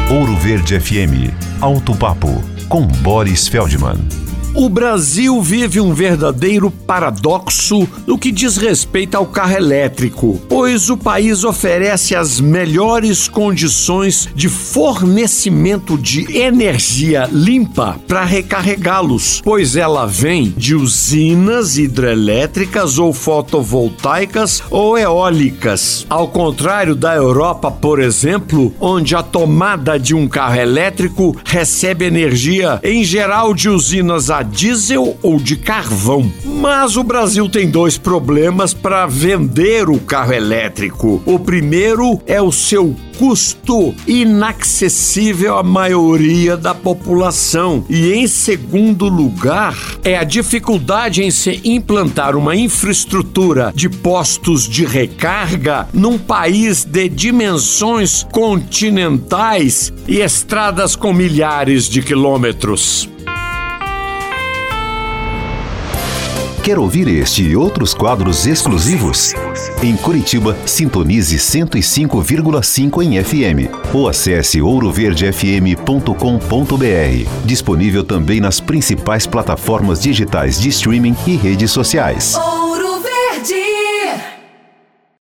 Ouro Verde FM. Alto Papo, com Boris Feldman. O Brasil vive um verdadeiro paradoxo no que diz respeito ao carro elétrico, pois o país oferece as melhores condições de fornecimento de energia limpa para recarregá-los, pois ela vem de usinas hidrelétricas ou fotovoltaicas ou eólicas. Ao contrário da Europa, por exemplo, onde a tomada de um carro elétrico recebe energia, em geral, de usinas a diesel ou de carvão. Mas o Brasil tem dois problemas para vender o carro elétrico. O primeiro é o seu custo inacessível à maioria da população. E em segundo lugar, é a dificuldade em se implantar uma infraestrutura de postos de recarga num país de dimensões continentais e estradas com milhares de quilômetros. Quer ouvir este e outros quadros exclusivos? Em Curitiba, sintonize 105,5 em FM ou acesse ouroverdefm.com.br. Disponível também nas principais plataformas digitais de streaming e redes sociais.